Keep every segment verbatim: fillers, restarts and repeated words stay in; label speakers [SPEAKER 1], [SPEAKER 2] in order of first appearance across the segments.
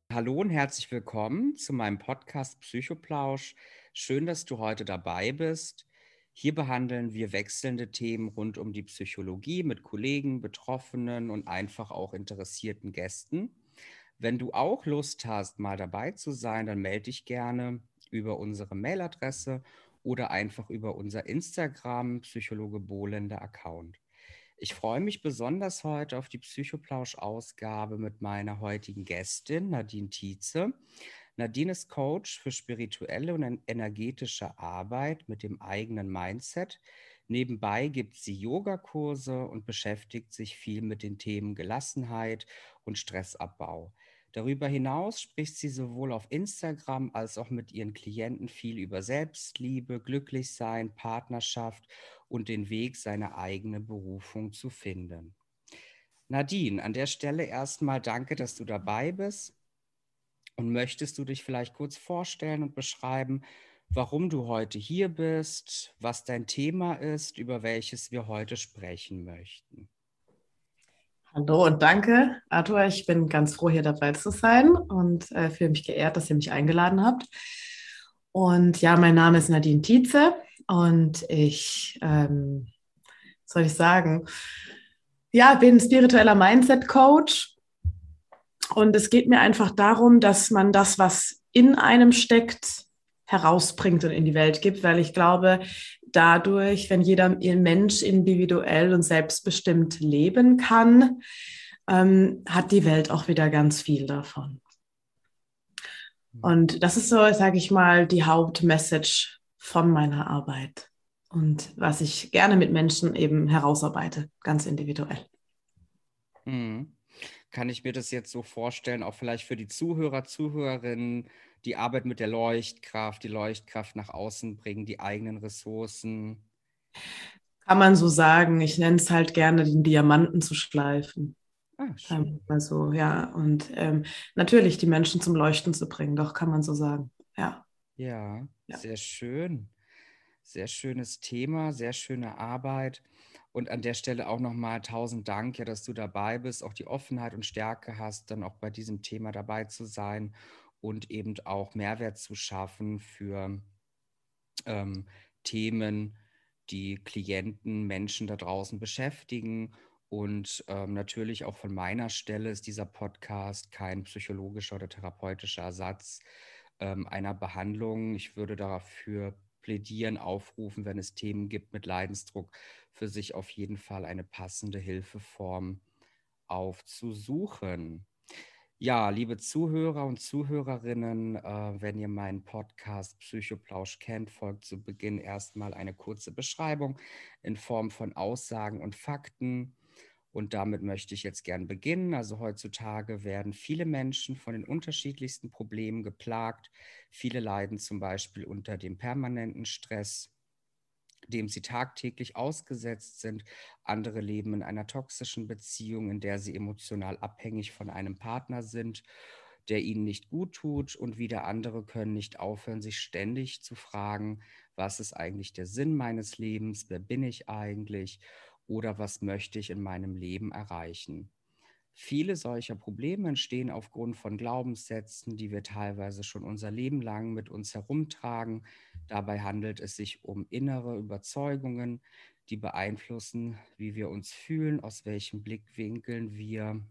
[SPEAKER 1] Hallo und herzlich willkommen zu meinem Podcast Psychoplausch. Schön, dass du heute dabei bist. Hier behandeln wir wechselnde Themen rund um die Psychologie mit Kollegen, Betroffenen und einfach auch interessierten Gästen. Wenn du auch Lust hast, mal dabei zu sein, dann melde dich gerne über unsere Mailadresse oder einfach über unser Instagram Psychologe Bohlender Account. Ich freue mich besonders heute auf die Psychoplausch-Ausgabe mit meiner heutigen Gästin Nadine Tietze. Nadine ist Coach für spirituelle und energetische Arbeit mit dem eigenen Mindset. Nebenbei gibt sie Yogakurse und beschäftigt sich viel mit den Themen Gelassenheit und Stressabbau. Darüber hinaus spricht sie sowohl auf Instagram als auch mit ihren Klienten viel über Selbstliebe, Glücklichsein, Partnerschaft und den Weg, seine eigene Berufung zu finden. Nadine, an der Stelle erstmal danke, dass du dabei bist. Und möchtest du dich vielleicht kurz vorstellen und beschreiben, warum du heute hier bist, was dein Thema ist, über welches wir heute sprechen möchten?
[SPEAKER 2] Hallo und danke, Arthur. Ich bin ganz froh, hier dabei zu sein und äh, fühle mich geehrt, dass ihr mich eingeladen habt. Und ja, mein Name ist Nadine Tietze und ich, ähm, soll ich sagen, ja, bin spiritueller Mindset-Coach. Und es geht mir einfach darum, dass man das, was in einem steckt, herausbringt und in die Welt gibt, weil ich glaube, dadurch, wenn jeder Mensch individuell und selbstbestimmt leben kann, ähm, hat die Welt auch wieder ganz viel davon. Und das ist so, sage ich mal, die Hauptmessage von meiner Arbeit und was ich gerne mit Menschen eben herausarbeite, ganz individuell.
[SPEAKER 1] Mhm. Kann ich mir das jetzt so vorstellen, auch vielleicht für die Zuhörer, Zuhörerinnen, die Arbeit mit der Leuchtkraft, die Leuchtkraft nach außen bringen, die eigenen Ressourcen?
[SPEAKER 2] Kann man so sagen, ich nenne es halt gerne, den Diamanten zu schleifen.
[SPEAKER 1] Ah, schön.
[SPEAKER 2] Ähm, also ja, und ähm, natürlich die Menschen zum Leuchten zu bringen, doch kann man so sagen. Ja.
[SPEAKER 1] Ja,
[SPEAKER 2] Ja.
[SPEAKER 1] sehr schön. Sehr schönes Thema, sehr schöne Arbeit. Und an der Stelle auch nochmal tausend Dank, ja, dass du dabei bist, auch die Offenheit und Stärke hast, dann auch bei diesem Thema dabei zu sein und eben auch Mehrwert zu schaffen für ähm, Themen, die Klienten, Menschen da draußen beschäftigen. Und ähm, natürlich auch von meiner Stelle ist dieser Podcast kein psychologischer oder therapeutischer Ersatz ähm, einer Behandlung. Ich würde dafür plädieren, aufrufen, wenn es Themen gibt mit Leidensdruck, für sich auf jeden Fall eine passende Hilfeform aufzusuchen. Ja, liebe Zuhörer und Zuhörerinnen, äh, wenn ihr meinen Podcast Psychoplausch kennt, folgt zu Beginn erstmal eine kurze Beschreibung in Form von Aussagen und Fakten. Und damit möchte ich jetzt gern beginnen. Also heutzutage werden viele Menschen von den unterschiedlichsten Problemen geplagt. Viele leiden zum Beispiel unter dem permanenten Stress, dem sie tagtäglich ausgesetzt sind. Andere leben in einer toxischen Beziehung, in der sie emotional abhängig von einem Partner sind, der ihnen nicht gut tut. Und wieder andere können nicht aufhören, sich ständig zu fragen, was ist eigentlich der Sinn meines Lebens? Wer bin ich eigentlich? Oder was möchte ich in meinem Leben erreichen? Viele solcher Probleme entstehen aufgrund von Glaubenssätzen, die wir teilweise schon unser Leben lang mit uns herumtragen. Dabei handelt es sich um innere Überzeugungen, die beeinflussen, wie wir uns fühlen, aus welchen Blickwinkeln wir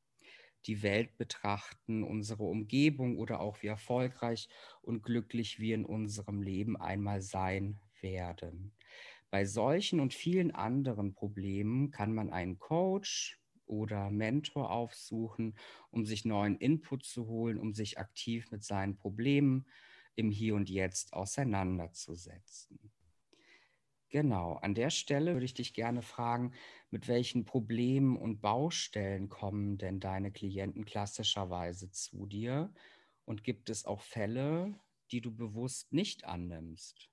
[SPEAKER 1] die Welt betrachten, unsere Umgebung oder auch wie erfolgreich und glücklich wir in unserem Leben einmal sein werden. Bei solchen und vielen anderen Problemen kann man einen Coach oder Mentor aufsuchen, um sich neuen Input zu holen, um sich aktiv mit seinen Problemen im Hier und Jetzt auseinanderzusetzen. Genau, an der Stelle würde ich dich gerne fragen, mit welchen Problemen und Baustellen kommen denn deine Klienten klassischerweise zu dir? Und gibt es auch Fälle, die du bewusst nicht annimmst?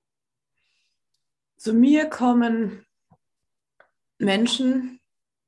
[SPEAKER 2] Zu mir kommen Menschen,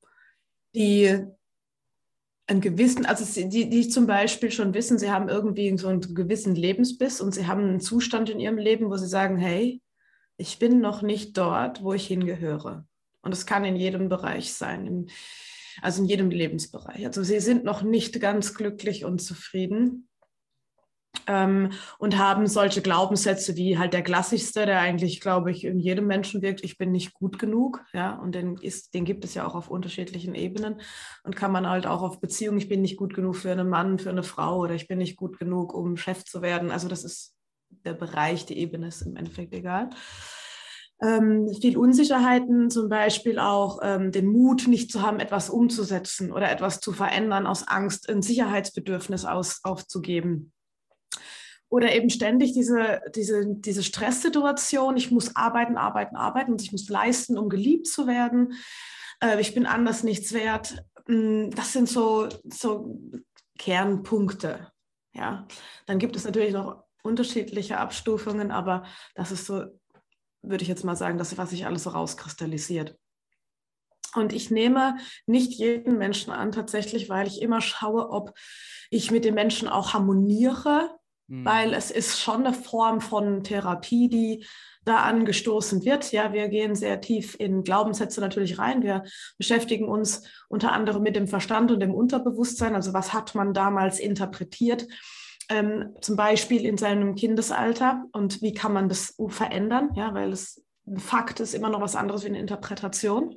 [SPEAKER 2] die einen gewissen, also die, die zum Beispiel schon wissen, sie haben irgendwie so einen gewissen Lebensbiss und sie haben einen Zustand in ihrem Leben, wo sie sagen, hey, ich bin noch nicht dort, wo ich hingehöre. Und es kann in jedem Bereich sein. also in jedem Lebensbereich. Also sie sind noch nicht ganz glücklich und zufrieden. Ähm, und haben solche Glaubenssätze wie halt der klassischste, der eigentlich, glaube ich, in jedem Menschen wirkt, ich bin nicht gut genug, ja, und den, ist, den gibt es ja auch auf unterschiedlichen Ebenen und kann man halt auch auf Beziehungen, ich bin nicht gut genug für einen Mann, für eine Frau oder ich bin nicht gut genug, um Chef zu werden, also das ist der Bereich, die Ebene ist im Endeffekt egal. Ähm, viel Unsicherheiten, zum Beispiel auch ähm, den Mut nicht zu haben, etwas umzusetzen oder etwas zu verändern aus Angst, ein Sicherheitsbedürfnis aus, aufzugeben. Oder eben ständig diese, diese, diese Stresssituation, ich muss arbeiten, arbeiten, arbeiten und ich muss leisten, um geliebt zu werden. Äh, ich bin anders nichts wert. Das sind so, so Kernpunkte. Ja. Dann gibt es natürlich noch unterschiedliche Abstufungen, aber das ist so, würde ich jetzt mal sagen, das, was sich alles so rauskristallisiert. Und ich nehme nicht jeden Menschen an, tatsächlich, weil ich immer schaue, ob ich mit den Menschen auch harmoniere, weil es ist schon eine Form von Therapie, die da angestoßen wird. Ja, wir gehen sehr tief in Glaubenssätze natürlich rein. Wir beschäftigen uns unter anderem mit dem Verstand und dem Unterbewusstsein. Also was hat man damals interpretiert, ähm, zum Beispiel in seinem Kindesalter und wie kann man das verändern? Ja, weil es ein Fakt ist immer noch was anderes wie eine Interpretation.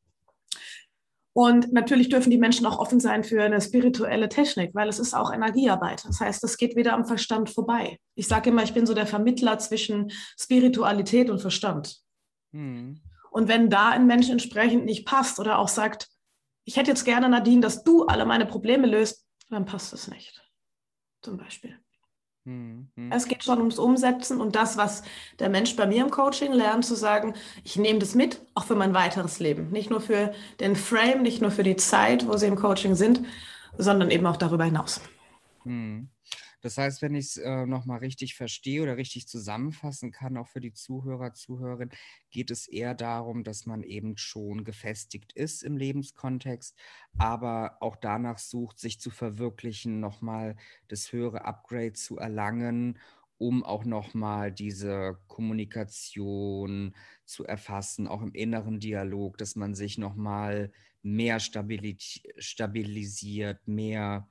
[SPEAKER 2] Und natürlich dürfen die Menschen auch offen sein für eine spirituelle Technik, weil es ist auch Energiearbeit. Das heißt, das geht wieder am Verstand vorbei. Ich sage immer, ich bin so der Vermittler zwischen Spiritualität und Verstand. Hm. Und wenn da ein Mensch entsprechend nicht passt oder auch sagt, ich hätte jetzt gerne, Nadine, dass du alle meine Probleme löst, dann passt es nicht. Zum Beispiel. Hm, hm. Es geht schon ums Umsetzen und das, was der Mensch bei mir im Coaching lernt, zu sagen, ich nehme das mit, auch für mein weiteres Leben. Nicht nur für den Frame, nicht nur für die Zeit, wo sie im Coaching sind, sondern eben auch darüber hinaus.
[SPEAKER 1] Hm. Das heißt, wenn ich es äh, nochmal richtig verstehe oder richtig zusammenfassen kann, auch für die Zuhörer, Zuhörerinnen, geht es eher darum, dass man eben schon gefestigt ist im Lebenskontext, aber auch danach sucht, sich zu verwirklichen, nochmal das höhere Upgrade zu erlangen, um auch nochmal diese Kommunikation zu erfassen, auch im inneren Dialog, dass man sich nochmal mehr stabilis- stabilisiert, mehr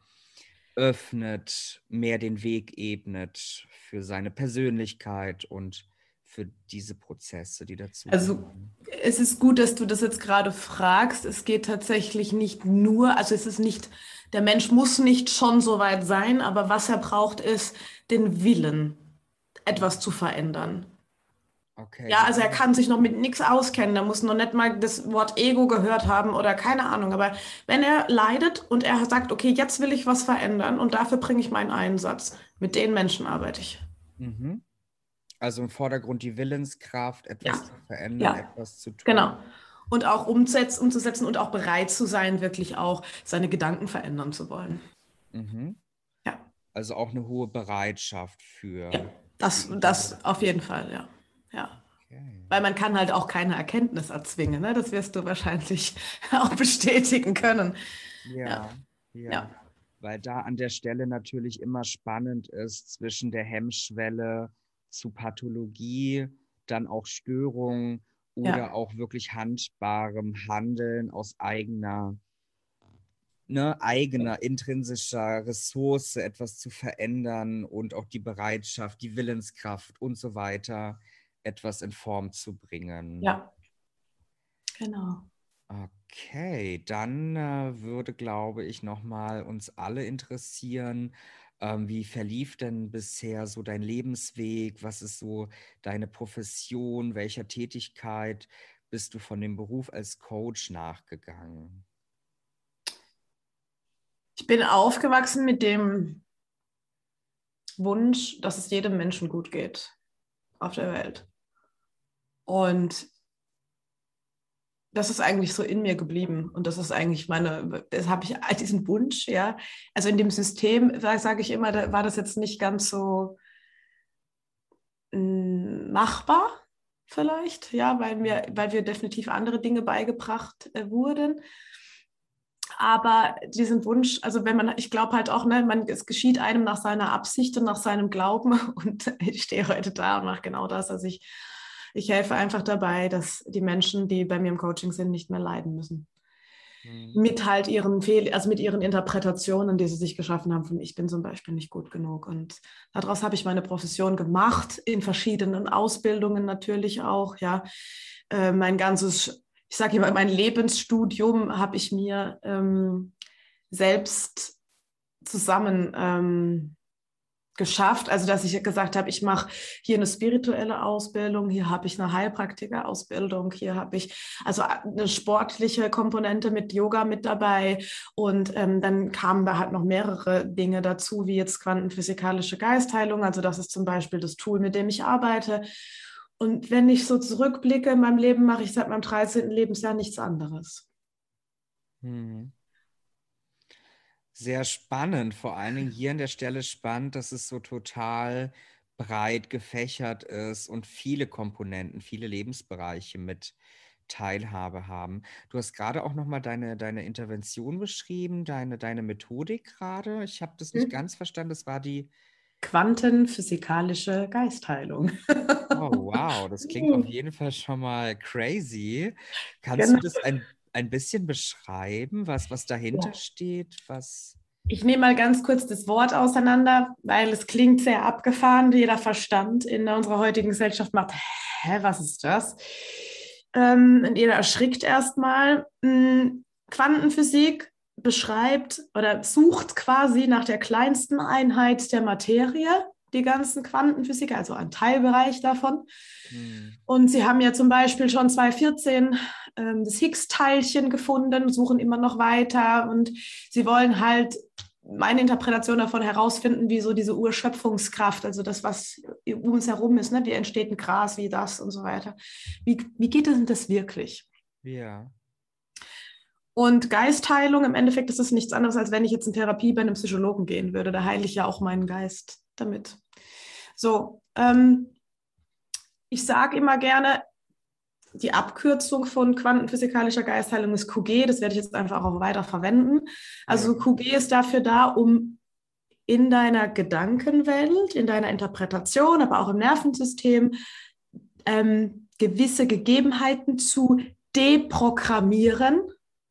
[SPEAKER 1] öffnet, mehr den Weg ebnet für seine Persönlichkeit und für diese Prozesse, die dazu
[SPEAKER 2] Also
[SPEAKER 1] gehören.
[SPEAKER 2] Es ist gut, dass du das jetzt gerade fragst. Es geht tatsächlich nicht nur, also es ist nicht, der Mensch muss nicht schon so weit sein, aber was er braucht, ist den Willen, etwas zu verändern.
[SPEAKER 1] Okay,
[SPEAKER 2] Ja, also er kann sich noch mit nichts auskennen, er muss noch nicht mal das Wort Ego gehört haben oder keine Ahnung. Aber wenn er leidet und er sagt, okay, jetzt will ich was verändern und dafür bringe ich meinen Einsatz, mit den Menschen arbeite ich.
[SPEAKER 1] Mhm. Also im Vordergrund die Willenskraft, etwas
[SPEAKER 2] Ja,
[SPEAKER 1] zu verändern,
[SPEAKER 2] ja,
[SPEAKER 1] etwas zu tun.
[SPEAKER 2] genau. Und auch umzusetzen, umzusetzen und auch bereit zu sein, wirklich auch seine Gedanken verändern zu wollen.
[SPEAKER 1] Mhm.
[SPEAKER 2] Ja.
[SPEAKER 1] Also auch eine hohe Bereitschaft für.
[SPEAKER 2] Ja, das, das auf jeden Fall, ja. Ja.
[SPEAKER 1] Okay.
[SPEAKER 2] Weil man kann halt auch keine Erkenntnis erzwingen, ne? Das wirst du wahrscheinlich auch bestätigen können.
[SPEAKER 1] Ja, ja,
[SPEAKER 2] ja.
[SPEAKER 1] Weil da an der Stelle natürlich immer spannend ist zwischen der Hemmschwelle zu Pathologie, dann auch Störung oder
[SPEAKER 2] Ja.
[SPEAKER 1] auch wirklich handbarem Handeln aus eigener, ne, eigener intrinsischer Ressource etwas zu verändern und auch die Bereitschaft, die Willenskraft und so weiter etwas in Form zu bringen.
[SPEAKER 2] Ja, genau.
[SPEAKER 1] Okay, dann äh, würde, glaube ich, nochmal uns alle interessieren, ähm, wie verlief denn bisher so dein Lebensweg? Was ist so deine Profession? Welcher Tätigkeit bist du von dem Beruf als Coach nachgegangen?
[SPEAKER 2] Ich bin aufgewachsen mit dem Wunsch, dass es jedem Menschen gut geht auf der Welt. Und das ist eigentlich so in mir geblieben. Und das ist eigentlich meine, das habe ich diesen Wunsch, ja. Also in dem System, sage ich immer, da war das jetzt nicht ganz so mh, machbar, vielleicht, ja, weil mir, weil wir definitiv andere Dinge beigebracht äh, wurden. Aber diesen Wunsch, also wenn man, ich glaube halt auch, ne, man, es geschieht einem nach seiner Absicht und nach seinem Glauben. Und ich stehe heute da und mache genau das. Also ich, ich helfe einfach dabei, dass die Menschen, die bei mir im Coaching sind, nicht mehr leiden müssen.
[SPEAKER 1] Mhm.
[SPEAKER 2] mit halt ihren Fehl, also mit ihren Interpretationen, die sie sich geschaffen haben, von ich bin zum Beispiel nicht gut genug. Und daraus habe ich meine Profession gemacht, in verschiedenen Ausbildungen natürlich auch, ja. Äh, mein ganzes, ich sage immer, mein Lebensstudium habe ich mir ähm, selbst zusammen ähm, geschafft, also dass ich gesagt habe, ich mache hier eine spirituelle Ausbildung, hier habe ich eine Heilpraktiker-Ausbildung, hier habe ich also eine sportliche Komponente mit Yoga mit dabei und ähm, dann kamen da halt noch mehrere Dinge dazu, wie jetzt quantenphysikalische Geistheilung, also das ist zum Beispiel das Tool, mit dem ich arbeite. Und wenn ich so zurückblicke in meinem Leben, mache ich seit meinem dreizehnten Lebensjahr nichts anderes.
[SPEAKER 1] Mhm. Sehr spannend, vor allen Dingen hier an der Stelle spannend, dass es so total breit gefächert ist und viele Komponenten, viele Lebensbereiche mit Teilhabe haben. Du hast gerade auch nochmal deine, deine Intervention beschrieben, deine, deine Methodik gerade. Ich habe das nicht
[SPEAKER 2] Mhm.
[SPEAKER 1] ganz verstanden. Das war die,
[SPEAKER 2] Quantenphysikalische Geistheilung.
[SPEAKER 1] oh wow, das klingt auf jeden Fall schon mal crazy. Kannst du
[SPEAKER 2] Genau.
[SPEAKER 1] das ein, ein bisschen beschreiben, was, was dahinter
[SPEAKER 2] Ja.
[SPEAKER 1] steht? Was?
[SPEAKER 2] Ich nehme mal ganz kurz das Wort auseinander, weil es klingt sehr abgefahren. Jeder Verstand in unserer heutigen Gesellschaft macht, hä, was ist das? Ähm, und jeder erschrickt erstmal. Hm, Quantenphysik beschreibt oder sucht quasi nach der kleinsten Einheit der Materie, die ganzen Quantenphysiker, also ein Teilbereich davon.
[SPEAKER 1] Hm.
[SPEAKER 2] Und sie haben ja zum Beispiel schon zweitausendvierzehn ähm, das Higgs-Teilchen gefunden, suchen immer noch weiter und sie wollen halt meine Interpretation davon herausfinden, wie so diese Urschöpfungskraft, also das, was um uns herum ist, ne? Wie entsteht ein Gras, wie das und so weiter. Wie, wie geht denn das wirklich?
[SPEAKER 1] Ja.
[SPEAKER 2] Und Geistheilung, im Endeffekt ist es nichts anderes, als wenn ich jetzt in Therapie bei einem Psychologen gehen würde. Da heile ich ja auch meinen Geist damit. So, ähm, ich sage immer gerne, die Abkürzung von quantenphysikalischer Geistheilung ist Q G. Das werde ich jetzt einfach auch weiter verwenden.
[SPEAKER 1] Ja.
[SPEAKER 2] Also Q G ist dafür da, um in deiner Gedankenwelt, in deiner Interpretation, aber auch im Nervensystem ähm, gewisse Gegebenheiten zu deprogrammieren,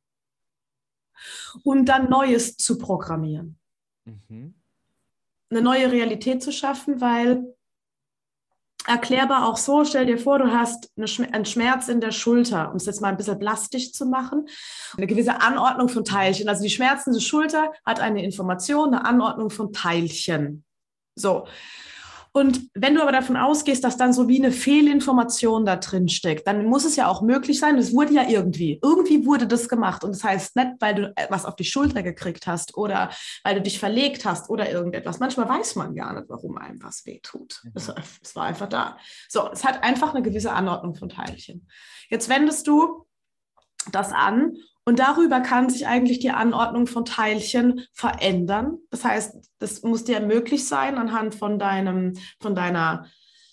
[SPEAKER 2] um dann Neues zu programmieren.
[SPEAKER 1] Mhm.
[SPEAKER 2] Eine neue Realität zu schaffen, weil erklärbar auch so, stell dir vor, du hast eine, einen Schmerz in der Schulter, um es jetzt mal ein bisschen plastisch zu machen. Eine gewisse Anordnung von Teilchen. Also die schmerzende Schulter hat eine Information, eine Anordnung von Teilchen. So. Und wenn du aber davon ausgehst, dass dann so wie eine Fehlinformation da drin steckt, dann muss es ja auch möglich sein, es wurde ja irgendwie, irgendwie wurde das gemacht. Und das heißt nicht, weil du was auf die Schulter gekriegt hast oder weil du dich verlegt hast oder irgendetwas. Manchmal weiß man gar nicht, warum einem was wehtut.
[SPEAKER 1] Mhm.
[SPEAKER 2] Es, es war einfach da. So, es hat einfach eine gewisse Anordnung von Teilchen. Jetzt wendest du das an und darüber kann sich eigentlich die Anordnung von Teilchen verändern. Das heißt, das muss dir möglich sein, anhand von, deinem, von deiner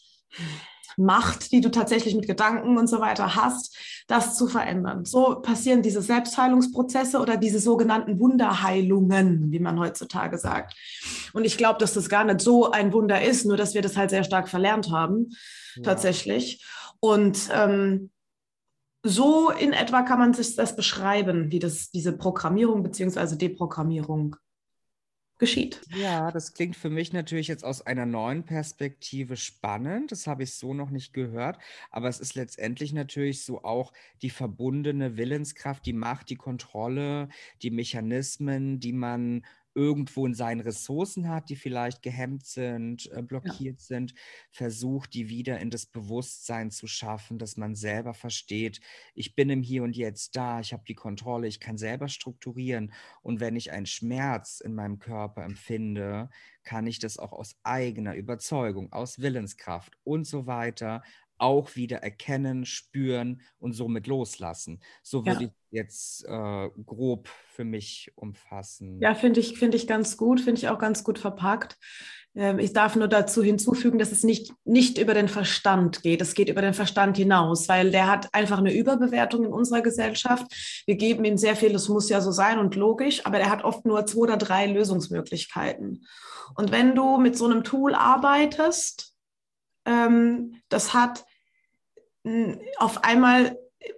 [SPEAKER 2] Macht, die du tatsächlich mit Gedanken und so weiter hast, das zu verändern. So passieren diese Selbstheilungsprozesse oder diese sogenannten Wunderheilungen, wie man heutzutage sagt. Und ich glaube, dass das gar nicht so ein Wunder ist, nur dass wir das halt sehr stark verlernt haben,
[SPEAKER 1] Ja.
[SPEAKER 2] tatsächlich. Und ähm, so in etwa kann man sich das beschreiben, wie das, diese Programmierung bzw. Deprogrammierung geschieht.
[SPEAKER 1] Ja, das klingt für mich natürlich jetzt aus einer neuen Perspektive spannend. Das habe ich so noch nicht gehört. Aber es ist letztendlich natürlich so auch die verbundene Willenskraft, die Macht, die Kontrolle, die Mechanismen, die man irgendwo in seinen Ressourcen hat, die vielleicht gehemmt sind, äh,
[SPEAKER 2] Ja.
[SPEAKER 1] blockiert sind, versucht, die wieder in das Bewusstsein zu schaffen, dass man selber versteht, ich bin im Hier und Jetzt da, ich habe die Kontrolle, ich kann selber strukturieren. Und wenn ich einen Schmerz in meinem Körper empfinde, kann ich das auch aus eigener Überzeugung, aus Willenskraft und so weiter auch wieder erkennen, spüren und somit loslassen. So würde
[SPEAKER 2] Ja.
[SPEAKER 1] ich jetzt äh, grob für mich umfassen.
[SPEAKER 2] Ja, finde ich, finde ich ganz gut, finde ich auch ganz gut verpackt. Ähm, ich darf nur dazu hinzufügen, dass es nicht, nicht über den Verstand geht. Es geht über den Verstand hinaus, weil der hat einfach eine Überbewertung in unserer Gesellschaft. Wir geben ihm sehr viel, das muss ja so sein und logisch, aber er hat oft nur zwei oder drei Lösungsmöglichkeiten. Und wenn du mit so einem Tool arbeitest, ähm, das hat mh, auf einmal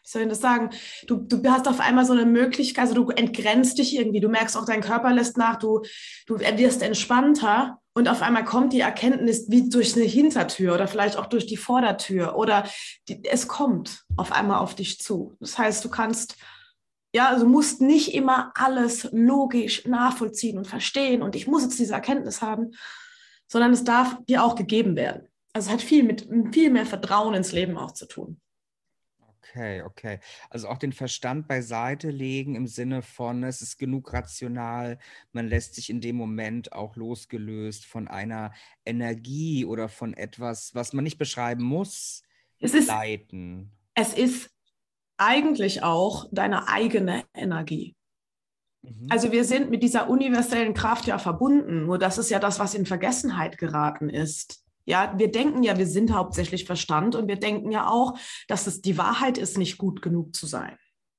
[SPEAKER 2] soll ich das sagen? Du, du hast auf einmal so eine Möglichkeit, also du entgrenzt dich irgendwie, du merkst auch, dein Körper lässt nach, du, du wirst entspannter und auf einmal kommt die Erkenntnis wie durch eine Hintertür oder vielleicht auch durch die Vordertür oder die, es kommt auf einmal auf dich zu. Das heißt, du kannst, ja, also musst nicht immer alles logisch nachvollziehen und verstehen und ich muss jetzt diese Erkenntnis haben, sondern es darf dir auch gegeben werden. Also es hat viel mit viel mehr Vertrauen ins Leben auch zu tun.
[SPEAKER 1] Okay, okay. Also auch den Verstand beiseite legen im Sinne von, es ist genug rational, man lässt sich in dem Moment auch losgelöst von einer Energie oder von etwas, was man nicht beschreiben muss,
[SPEAKER 2] Es ist,
[SPEAKER 1] leiten.
[SPEAKER 2] es ist eigentlich auch deine eigene Energie.
[SPEAKER 1] Mhm.
[SPEAKER 2] Also wir sind mit dieser universellen Kraft ja verbunden, nur das ist ja das, was in Vergessenheit geraten ist. Ja, wir denken ja, wir sind hauptsächlich Verstand und wir denken ja auch, dass es die Wahrheit ist, nicht gut genug zu sein.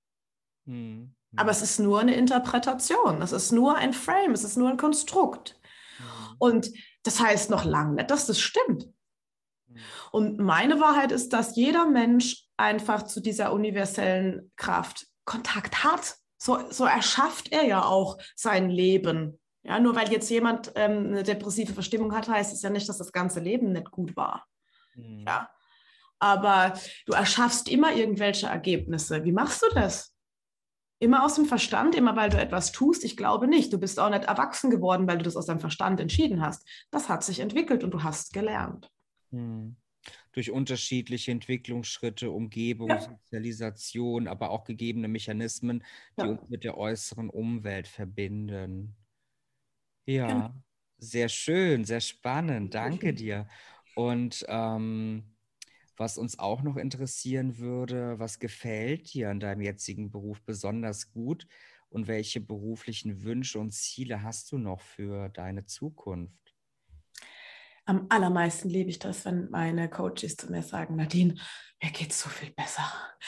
[SPEAKER 1] Mhm.
[SPEAKER 2] Aber es ist nur eine Interpretation, es ist nur ein Frame, es ist nur ein Konstrukt.
[SPEAKER 1] Mhm.
[SPEAKER 2] Und das heißt noch lange nicht, dass das stimmt.
[SPEAKER 1] Mhm.
[SPEAKER 2] Und meine Wahrheit ist, dass jeder Mensch einfach zu dieser universellen Kraft Kontakt hat. So, so erschafft er ja auch sein Leben. Ja, nur weil jetzt jemand ähm, eine depressive Verstimmung hat, heißt es ja nicht, dass das ganze Leben nicht gut war.
[SPEAKER 1] Mhm.
[SPEAKER 2] Ja, aber du erschaffst immer irgendwelche Ergebnisse. Wie machst du das? Immer aus dem Verstand, immer weil du etwas tust? Ich glaube nicht. Du bist auch nicht erwachsen geworden, weil du das aus deinem Verstand entschieden hast. Das hat sich entwickelt und du hast gelernt.
[SPEAKER 1] Mhm. Durch unterschiedliche Entwicklungsschritte, Umgebung,
[SPEAKER 2] Ja,
[SPEAKER 1] Sozialisation, aber auch gegebene Mechanismen, die uns
[SPEAKER 2] ja,
[SPEAKER 1] mit der äußeren Umwelt verbinden.
[SPEAKER 2] genau.
[SPEAKER 1] Ja, sehr schön, sehr spannend. Danke dir. Und ähm, was uns auch noch interessieren würde, was gefällt dir an deinem jetzigen Beruf besonders gut und welche beruflichen Wünsche und Ziele hast du noch für deine Zukunft?
[SPEAKER 2] Am allermeisten liebe ich das, wenn meine Coaches zu mir sagen, Nadine, mir geht's so viel besser.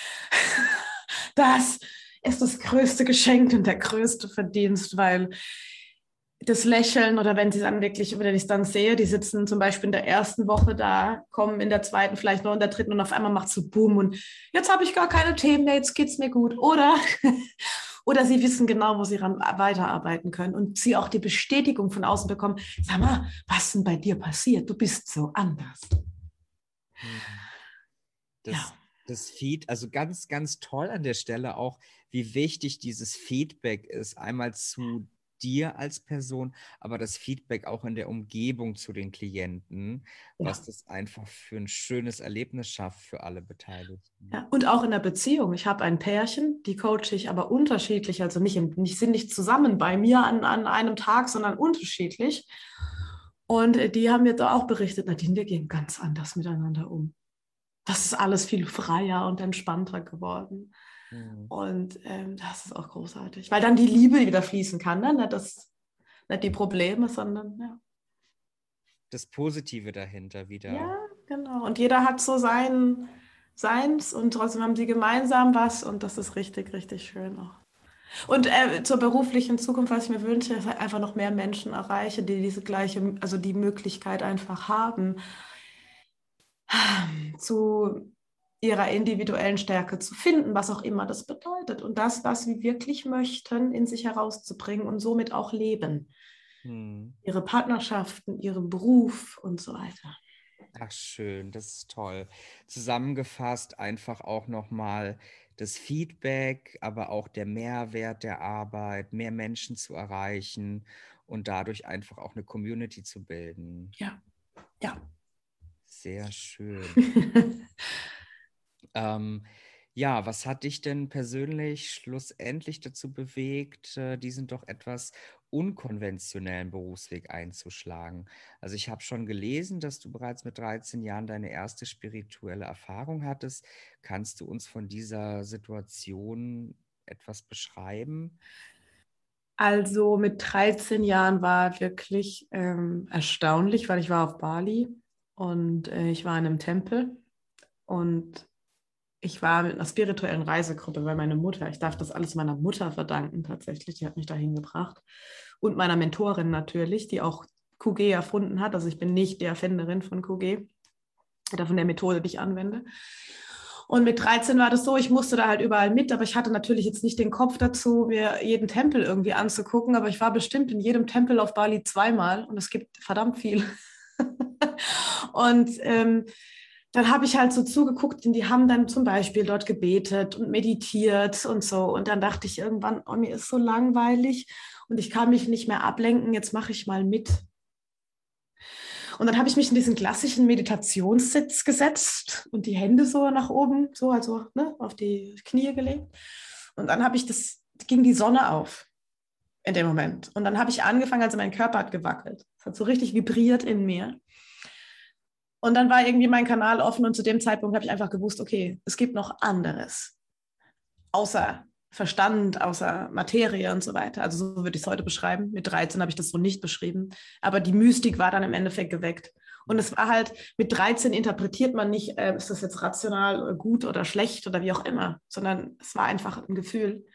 [SPEAKER 2] Das ist das größte Geschenk und der größte Verdienst, weil das Lächeln oder wenn sie dann wirklich, wenn ich es dann sehe, die sitzen zum Beispiel in der ersten Woche da, kommen in der zweiten, vielleicht noch in der dritten und auf einmal macht es so Boom und jetzt habe ich gar keine Themen mehr, jetzt geht's mir gut. Oder, oder sie wissen genau, wo sie ran weiterarbeiten können und sie auch die Bestätigung von außen bekommen, sag mal, was ist denn bei dir passiert? Du bist so anders.
[SPEAKER 1] Hm. Das,
[SPEAKER 2] Ja.
[SPEAKER 1] das Feed, also ganz, ganz toll an der Stelle auch, wie wichtig dieses Feedback ist. Einmal zu dir als Person, aber das Feedback auch in der Umgebung zu den Klienten, was
[SPEAKER 2] Ja.
[SPEAKER 1] das einfach für ein schönes Erlebnis schafft für alle Beteiligten.
[SPEAKER 2] Ja, und auch in der Beziehung. Ich habe ein Pärchen, die coache ich aber unterschiedlich, also nicht, im, nicht sind nicht zusammen bei mir an, an einem Tag, sondern unterschiedlich. Und äh, die haben mir da auch berichtet, Nadine, wir gehen ganz anders miteinander um. Das ist alles viel freier und entspannter geworden.
[SPEAKER 1] Hm.
[SPEAKER 2] Und ähm, das ist auch großartig, weil dann die Liebe wieder fließen kann, ne? Nicht, das, nicht die Probleme, sondern ja.
[SPEAKER 1] Das Positive dahinter wieder.
[SPEAKER 2] Ja, genau. Und jeder hat so sein, seins und trotzdem haben sie gemeinsam was und das ist richtig, richtig schön auch. Und äh, zur beruflichen Zukunft, was ich mir wünsche, ist halt einfach noch mehr Menschen erreiche, die diese gleiche, also die Möglichkeit einfach haben, zu ihrer individuellen Stärke zu finden, was auch immer das bedeutet. Und das, was sie wirklich möchten, in sich herauszubringen und somit auch leben.
[SPEAKER 1] Hm.
[SPEAKER 2] Ihre Partnerschaften, ihren Beruf und so weiter.
[SPEAKER 1] Ach, schön, das ist toll. Zusammengefasst einfach auch nochmal das Feedback, aber auch der Mehrwert der Arbeit, mehr Menschen zu erreichen und dadurch einfach auch eine Community zu bilden.
[SPEAKER 2] Ja, ja.
[SPEAKER 1] Sehr schön. Ähm, ja, was hat dich denn persönlich schlussendlich dazu bewegt, äh, diesen doch etwas unkonventionellen Berufsweg einzuschlagen? Also ich habe schon gelesen, dass du bereits mit dreizehn Jahren deine erste spirituelle Erfahrung hattest. Kannst du uns von dieser Situation etwas beschreiben?
[SPEAKER 2] Also mit dreizehn Jahren war wirklich ähm, erstaunlich, weil ich war auf Bali und äh, ich war in einem Tempel und ich war mit einer spirituellen Reisegruppe, weil meine Mutter, ich darf das alles meiner Mutter verdanken tatsächlich, die hat mich dahin gebracht und meiner Mentorin natürlich, die auch Q G erfunden hat. Also ich bin nicht die Erfinderin von Q G oder von der Methode, die ich anwende. Und mit dreizehn war das so, ich musste da halt überall mit, aber ich hatte natürlich jetzt nicht den Kopf dazu, mir jeden Tempel irgendwie anzugucken, aber ich war bestimmt in jedem Tempel auf Bali zweimal und es gibt verdammt viel. Und ähm, dann habe ich halt so zugeguckt und die haben dann zum Beispiel dort gebetet und meditiert und so. Und dann dachte ich irgendwann, oh, mir ist so langweilig und ich kann mich nicht mehr ablenken, jetzt mache ich mal mit. Und dann habe ich mich in diesen klassischen Meditationssitz gesetzt und die Hände so nach oben, so also ne, auf die Knie gelegt. Und dann habe ich das, ging die Sonne auf in dem Moment. Und dann habe ich angefangen, also mein Körper hat gewackelt. Es hat so richtig vibriert in mir. Und dann war irgendwie mein Kanal offen und zu dem Zeitpunkt habe ich einfach gewusst, okay, es gibt noch anderes, außer Verstand, außer Materie und so weiter. Also so würde ich es heute beschreiben. Mit dreizehn habe ich das so nicht beschrieben. Aber die Mystik war dann im Endeffekt geweckt. Und es war halt, mit dreizehn interpretiert man nicht, äh, ist das jetzt rational gut oder schlecht oder wie auch immer, sondern es war einfach ein Gefühl.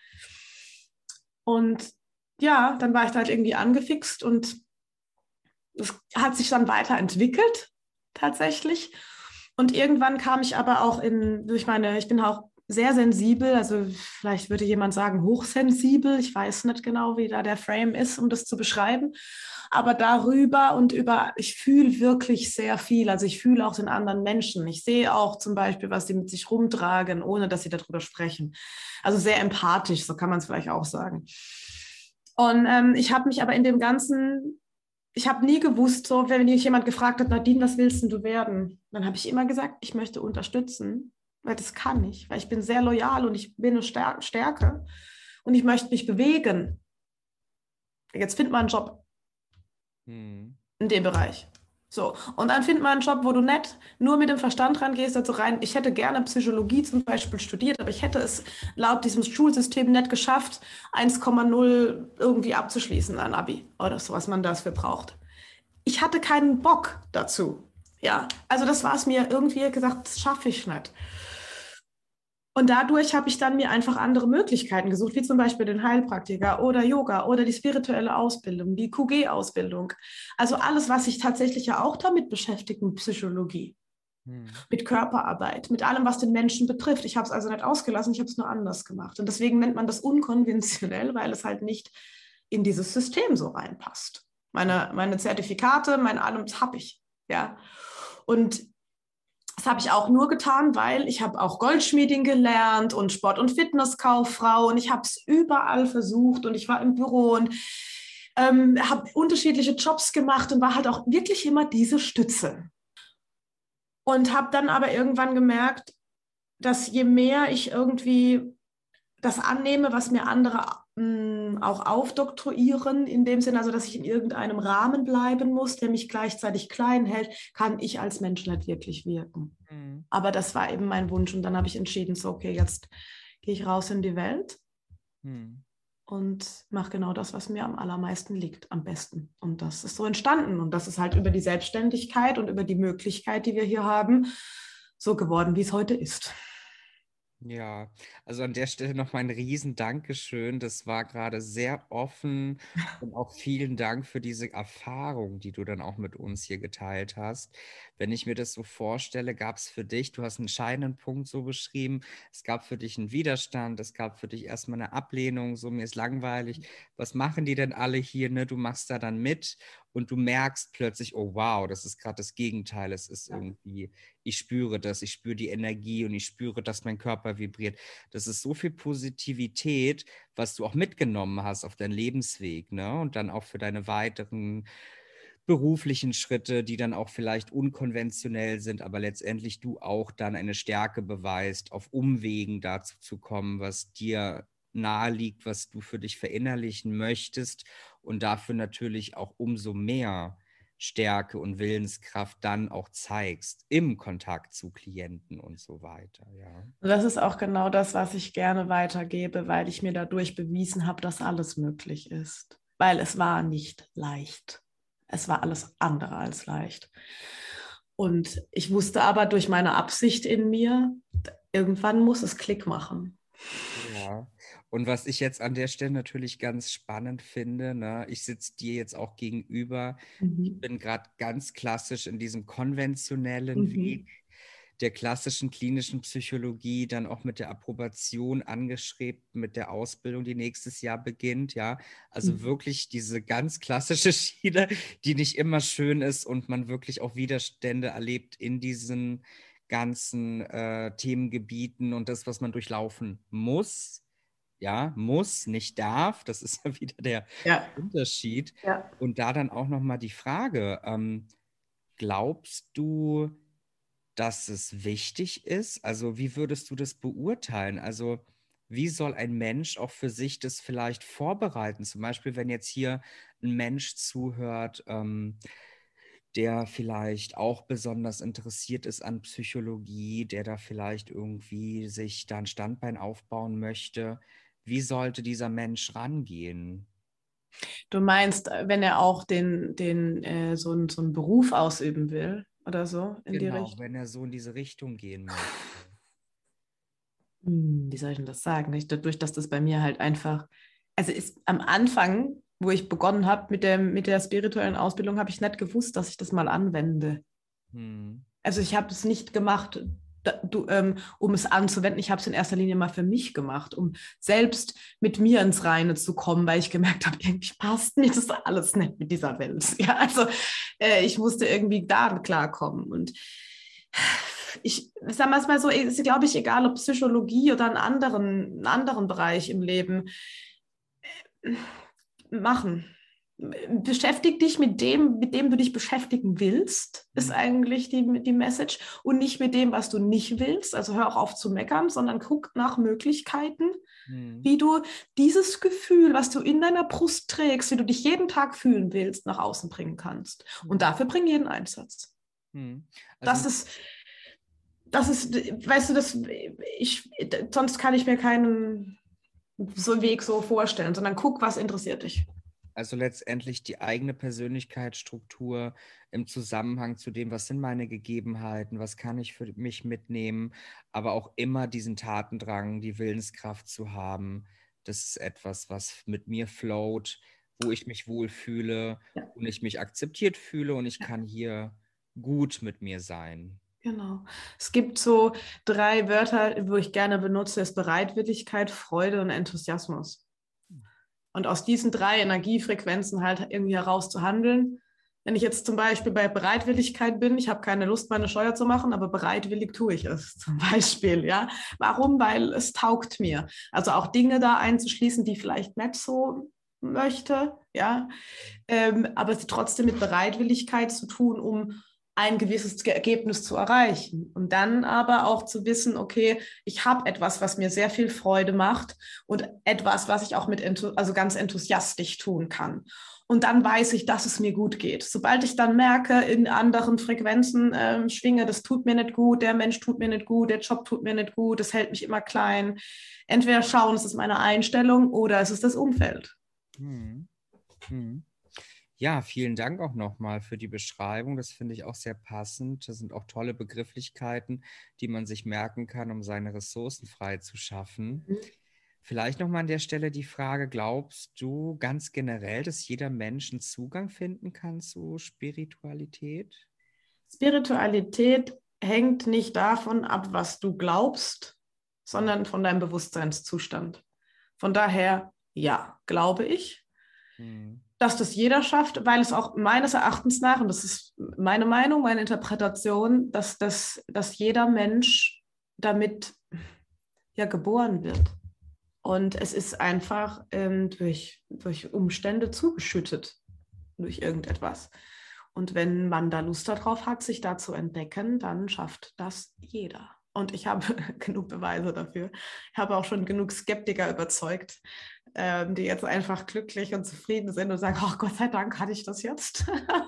[SPEAKER 2] Und ja, dann war ich da halt irgendwie angefixt und es hat sich dann weiterentwickelt, tatsächlich. Und irgendwann kam ich aber auch in, durch meine, ich bin auch sehr sensibel, also vielleicht würde jemand sagen hochsensibel, ich weiß nicht genau, wie da der Frame ist, um das zu beschreiben, aber darüber und über, ich fühle wirklich sehr viel, also ich fühle auch den anderen Menschen, ich sehe auch zum Beispiel, was sie mit sich rumtragen, ohne dass sie darüber sprechen, also sehr empathisch, so kann man es vielleicht auch sagen. Und ähm, ich habe mich aber in dem ganzen ich habe nie gewusst, so, wenn mich jemand gefragt hat, Nadine, was willst denn du werden? Dann habe ich immer gesagt, ich möchte unterstützen, weil das kann ich, weil ich bin sehr loyal und ich bin eine Stärke und ich möchte mich bewegen. Jetzt find mal einen Job hm. in dem Bereich. So, und dann find mal einen Job, wo du nicht nur mit dem Verstand rangehst, also rein, ich hätte gerne Psychologie zum Beispiel studiert, aber ich hätte es laut diesem Schulsystem nicht geschafft, eins Komma null irgendwie abzuschließen an Abi oder so, was man dafür braucht. Ich hatte keinen Bock dazu. Ja, also das war es mir irgendwie gesagt, das schaffe ich nicht. Und dadurch habe ich dann mir einfach andere Möglichkeiten gesucht, wie zum Beispiel den Heilpraktiker oder Yoga oder die spirituelle Ausbildung, die Q G-Ausbildung. Also alles, was sich tatsächlich ja auch damit beschäftigt, mit Psychologie, hm. mit Körperarbeit, mit allem, was den Menschen betrifft. Ich habe es also nicht ausgelassen, ich habe es nur anders gemacht. Und deswegen nennt man das unkonventionell, weil es halt nicht in dieses System so reinpasst. Meine, meine Zertifikate, mein allem habe ich. Ja. Und das habe ich auch nur getan, weil ich habe auch Goldschmieding gelernt und Sport- und Fitnesskauffrau und ich habe es überall versucht und ich war im Büro und ähm, habe unterschiedliche Jobs gemacht und war halt auch wirklich immer diese Stütze. Und habe dann aber irgendwann gemerkt, dass je mehr ich irgendwie das annehme, was mir andere mh, auch aufdoktroyieren, in dem Sinne, also dass ich in irgendeinem Rahmen bleiben muss, der mich gleichzeitig klein hält, kann ich als Mensch nicht wirklich wirken. Mhm. Aber das war eben mein Wunsch und dann habe ich entschieden, so okay, jetzt gehe ich raus in die Welt mhm. und mache genau das, was mir am allermeisten liegt, am besten. Und das ist so entstanden und das ist halt über die Selbstständigkeit und über die Möglichkeit, die wir hier haben, so geworden, wie es heute ist.
[SPEAKER 1] Ja, also an der Stelle nochmal ein riesen Dankeschön. Das war gerade sehr offen und auch vielen Dank für diese Erfahrung, die du dann auch mit uns hier geteilt hast. Wenn ich mir das so vorstelle, gab es für dich, du hast einen entscheidenden Punkt so beschrieben, es gab für dich einen Widerstand, es gab für dich erstmal eine Ablehnung, so mir ist langweilig. Was machen die denn alle hier, ne? Du machst da dann mit und du merkst plötzlich, oh wow, das ist gerade das Gegenteil. Es ist irgendwie, ich spüre das, ich spüre die Energie und ich spüre, dass mein Körper vibriert. Das ist so viel Positivität, was du auch mitgenommen hast auf deinen Lebensweg, ne? Und dann auch für deine weiteren beruflichen Schritte, die dann auch vielleicht unkonventionell sind, aber letztendlich du auch dann eine Stärke beweist, auf Umwegen dazu zu kommen, was dir nahe liegt, was du für dich verinnerlichen möchtest und dafür natürlich auch umso mehr Stärke und Willenskraft dann auch zeigst im Kontakt zu Klienten und so weiter. Ja.
[SPEAKER 2] Das ist auch genau das, was ich gerne weitergebe, weil ich mir dadurch bewiesen habe, dass alles möglich ist. Weil es war nicht leicht. Es war alles andere als leicht. Und ich wusste aber durch meine Absicht in mir, irgendwann muss es Klick machen.
[SPEAKER 1] Ja, und was ich jetzt an der Stelle natürlich ganz spannend finde, ne, ich sitze dir jetzt auch gegenüber, mhm. ich bin gerade ganz klassisch in diesem konventionellen mhm. Weg, der klassischen klinischen Psychologie dann auch mit der Approbation angestrebt, mit der Ausbildung, die nächstes Jahr beginnt, ja. Also
[SPEAKER 2] Mhm.
[SPEAKER 1] wirklich diese ganz klassische Schiene, die nicht immer schön ist und man wirklich auch Widerstände erlebt in diesen ganzen äh, Themengebieten und das, was man durchlaufen muss, ja, muss, nicht darf, das ist ja wieder der
[SPEAKER 2] Ja,
[SPEAKER 1] Unterschied.
[SPEAKER 2] ja.
[SPEAKER 1] Und da dann auch nochmal die Frage, ähm, glaubst du, dass es wichtig ist? Also wie würdest du das beurteilen? Also wie soll ein Mensch auch für sich das vielleicht vorbereiten? Zum Beispiel, wenn jetzt hier ein Mensch zuhört, ähm, der vielleicht auch besonders interessiert ist an Psychologie, der da vielleicht irgendwie sich da ein Standbein aufbauen möchte. Wie sollte dieser Mensch rangehen?
[SPEAKER 2] Du meinst, äh, wenn er auch den, den, äh, so, einen- so einen Beruf ausüben will oder so in die
[SPEAKER 1] Genau,
[SPEAKER 2] Richtung?
[SPEAKER 1] wenn er so in diese Richtung gehen möchte.
[SPEAKER 2] Hm, wie soll ich denn das sagen? Ich, dadurch, dass das bei mir halt einfach, also ist am Anfang, wo ich begonnen habe mit der, mit der spirituellen Ausbildung, habe ich nicht gewusst, dass ich das mal anwende.
[SPEAKER 1] Hm.
[SPEAKER 2] Also ich habe es nicht gemacht, da, du, ähm, um es anzuwenden. Ich habe es in erster Linie mal für mich gemacht, um selbst mit mir ins Reine zu kommen, weil ich gemerkt habe, irgendwie passt mir das alles nicht mit dieser Welt. Ja, also äh, ich musste irgendwie da klarkommen. Und ich sage mal so, ist, glaube ich, egal ob Psychologie oder einen anderen, einen anderen Bereich im Leben, machen. Beschäftig dich mit dem, mit dem du dich beschäftigen willst, ist
[SPEAKER 1] Hm.
[SPEAKER 2] eigentlich die, die Message. Und nicht mit dem, was du nicht willst. Also hör auch auf zu meckern, sondern guck nach Möglichkeiten,
[SPEAKER 1] Hm.
[SPEAKER 2] wie du dieses Gefühl, was du in deiner Brust trägst, wie du dich jeden Tag fühlen willst, nach außen bringen kannst. Und
[SPEAKER 1] Hm.
[SPEAKER 2] dafür bring jeden Einsatz.
[SPEAKER 1] Hm. Also
[SPEAKER 2] Das ist, das ist, weißt du, das, ich, sonst kann ich mir keinen so Weg so vorstellen, sondern guck, was interessiert dich.
[SPEAKER 1] Also letztendlich die eigene Persönlichkeitsstruktur im Zusammenhang zu dem, was sind meine Gegebenheiten, was kann ich für mich mitnehmen, aber auch immer diesen Tatendrang, die Willenskraft zu haben. Das ist etwas, was mit mir float, wo ich mich wohlfühle
[SPEAKER 2] Ja.
[SPEAKER 1] und ich mich akzeptiert fühle und ich kann hier gut mit mir sein.
[SPEAKER 2] Genau. Es gibt so drei Wörter, wo ich gerne benutze, ist Bereitwilligkeit, Freude und Enthusiasmus. Und aus diesen drei Energiefrequenzen halt irgendwie heraus zu handeln. Wenn ich jetzt zum Beispiel bei Bereitwilligkeit bin, ich habe keine Lust, meine Steuer zu machen, aber bereitwillig tue ich es zum Beispiel, ja. Warum? Weil es taugt mir. Also auch Dinge da einzuschließen, die vielleicht nicht so möchte, ja, ähm, aber sie trotzdem mit Bereitwilligkeit zu tun, um ein gewisses Ergebnis zu erreichen. Und dann aber auch zu wissen, okay, ich habe etwas, was mir sehr viel Freude macht und etwas, was ich auch mit also ganz enthusiastisch tun kann. Und dann weiß ich, dass es mir gut geht. Sobald ich dann merke, in anderen Frequenzen ähm, schwinge, das tut mir nicht gut, der Mensch tut mir nicht gut, der Job tut mir nicht gut, das hält mich immer klein. Entweder schauen, es ist meine Einstellung oder es ist das Umfeld.
[SPEAKER 1] Hm. Hm. Ja, vielen Dank auch nochmal für die Beschreibung. Das finde ich auch sehr passend. Das sind auch tolle Begrifflichkeiten, die man sich merken kann, um seine Ressourcen frei zu schaffen. Vielleicht nochmal an der Stelle die Frage, glaubst du ganz generell, dass jeder Mensch einen Zugang finden kann zu Spiritualität?
[SPEAKER 2] Spiritualität hängt nicht davon ab, was du glaubst, sondern von deinem Bewusstseinszustand. Von daher, ja, glaube ich,
[SPEAKER 1] Hm.
[SPEAKER 2] dass das jeder schafft, weil es auch meines Erachtens nach, und das ist meine Meinung, meine Interpretation, dass, das, dass jeder Mensch damit ja geboren wird. Und es ist einfach ähm, durch, durch Umstände zugeschüttet, durch irgendetwas. Und wenn man da Lust darauf hat, sich da zu entdecken, dann schafft das jeder. Und ich habe genug Beweise dafür. Ich habe auch schon genug Skeptiker überzeugt, ähm, die jetzt einfach glücklich und zufrieden sind und sagen, oh Gott sei Dank hatte ich das jetzt.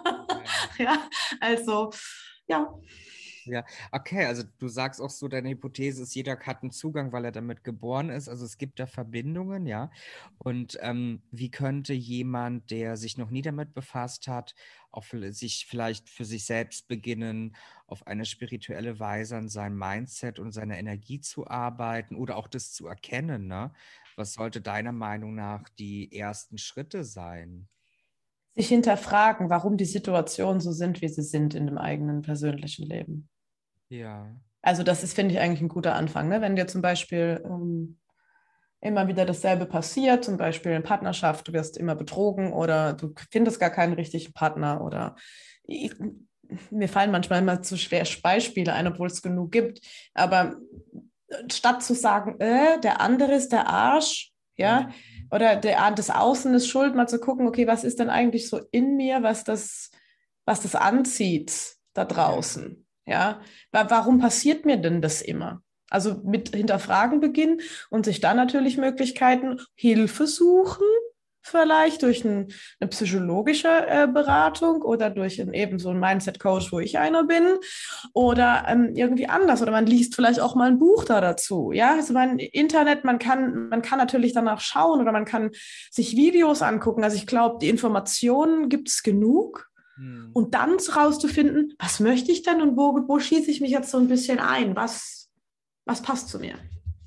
[SPEAKER 1] Ja.
[SPEAKER 2] Ja, also ja.
[SPEAKER 1] Ja, okay, also du sagst auch so, deine Hypothese ist, jeder hat einen Zugang, weil er damit geboren ist. Also es gibt da Verbindungen, ja. Und ähm, wie könnte jemand, der sich noch nie damit befasst hat, auch für sich vielleicht für sich selbst beginnen, auf eine spirituelle Weise an seinem Mindset und seiner Energie zu arbeiten oder auch das zu erkennen, ne? Was sollte deiner Meinung nach die ersten Schritte sein?
[SPEAKER 2] Sich hinterfragen, warum die Situationen so sind, wie sie sind in dem eigenen persönlichen Leben.
[SPEAKER 1] Ja.
[SPEAKER 2] Also das ist, finde ich, eigentlich ein guter Anfang, ne? Wenn dir zum Beispiel ähm, immer wieder dasselbe passiert, zum Beispiel in Partnerschaft, du wirst immer betrogen oder du findest gar keinen richtigen Partner oder ich, mir fallen manchmal immer zu schwer Beispiele ein, obwohl es genug gibt. Aber statt zu sagen, äh, der andere ist der Arsch, ja,
[SPEAKER 1] Mhm.
[SPEAKER 2] oder der, das Außen ist schuld, mal zu gucken, okay, was ist denn eigentlich so in mir, was das, was das anzieht da
[SPEAKER 1] Ja.
[SPEAKER 2] draußen, ja? Warum passiert mir denn das immer? Also mit Hinterfragen beginnen und sich dann natürlich Möglichkeiten, Hilfe suchen, vielleicht durch ein, eine psychologische äh, Beratung oder durch ein, eben so ein Mindset-Coach, wo ich einer bin, oder ähm, irgendwie anders. Oder man liest vielleicht auch mal ein Buch da dazu. Ja, also mein Internet, man kann, man kann natürlich danach schauen oder man kann sich Videos angucken. Also ich glaube, die Informationen gibt es genug.
[SPEAKER 1] Mhm.
[SPEAKER 2] Und dann rauszufinden, was möchte ich denn und wo, wo schieße ich mich jetzt so ein bisschen ein? Was, was passt zu mir?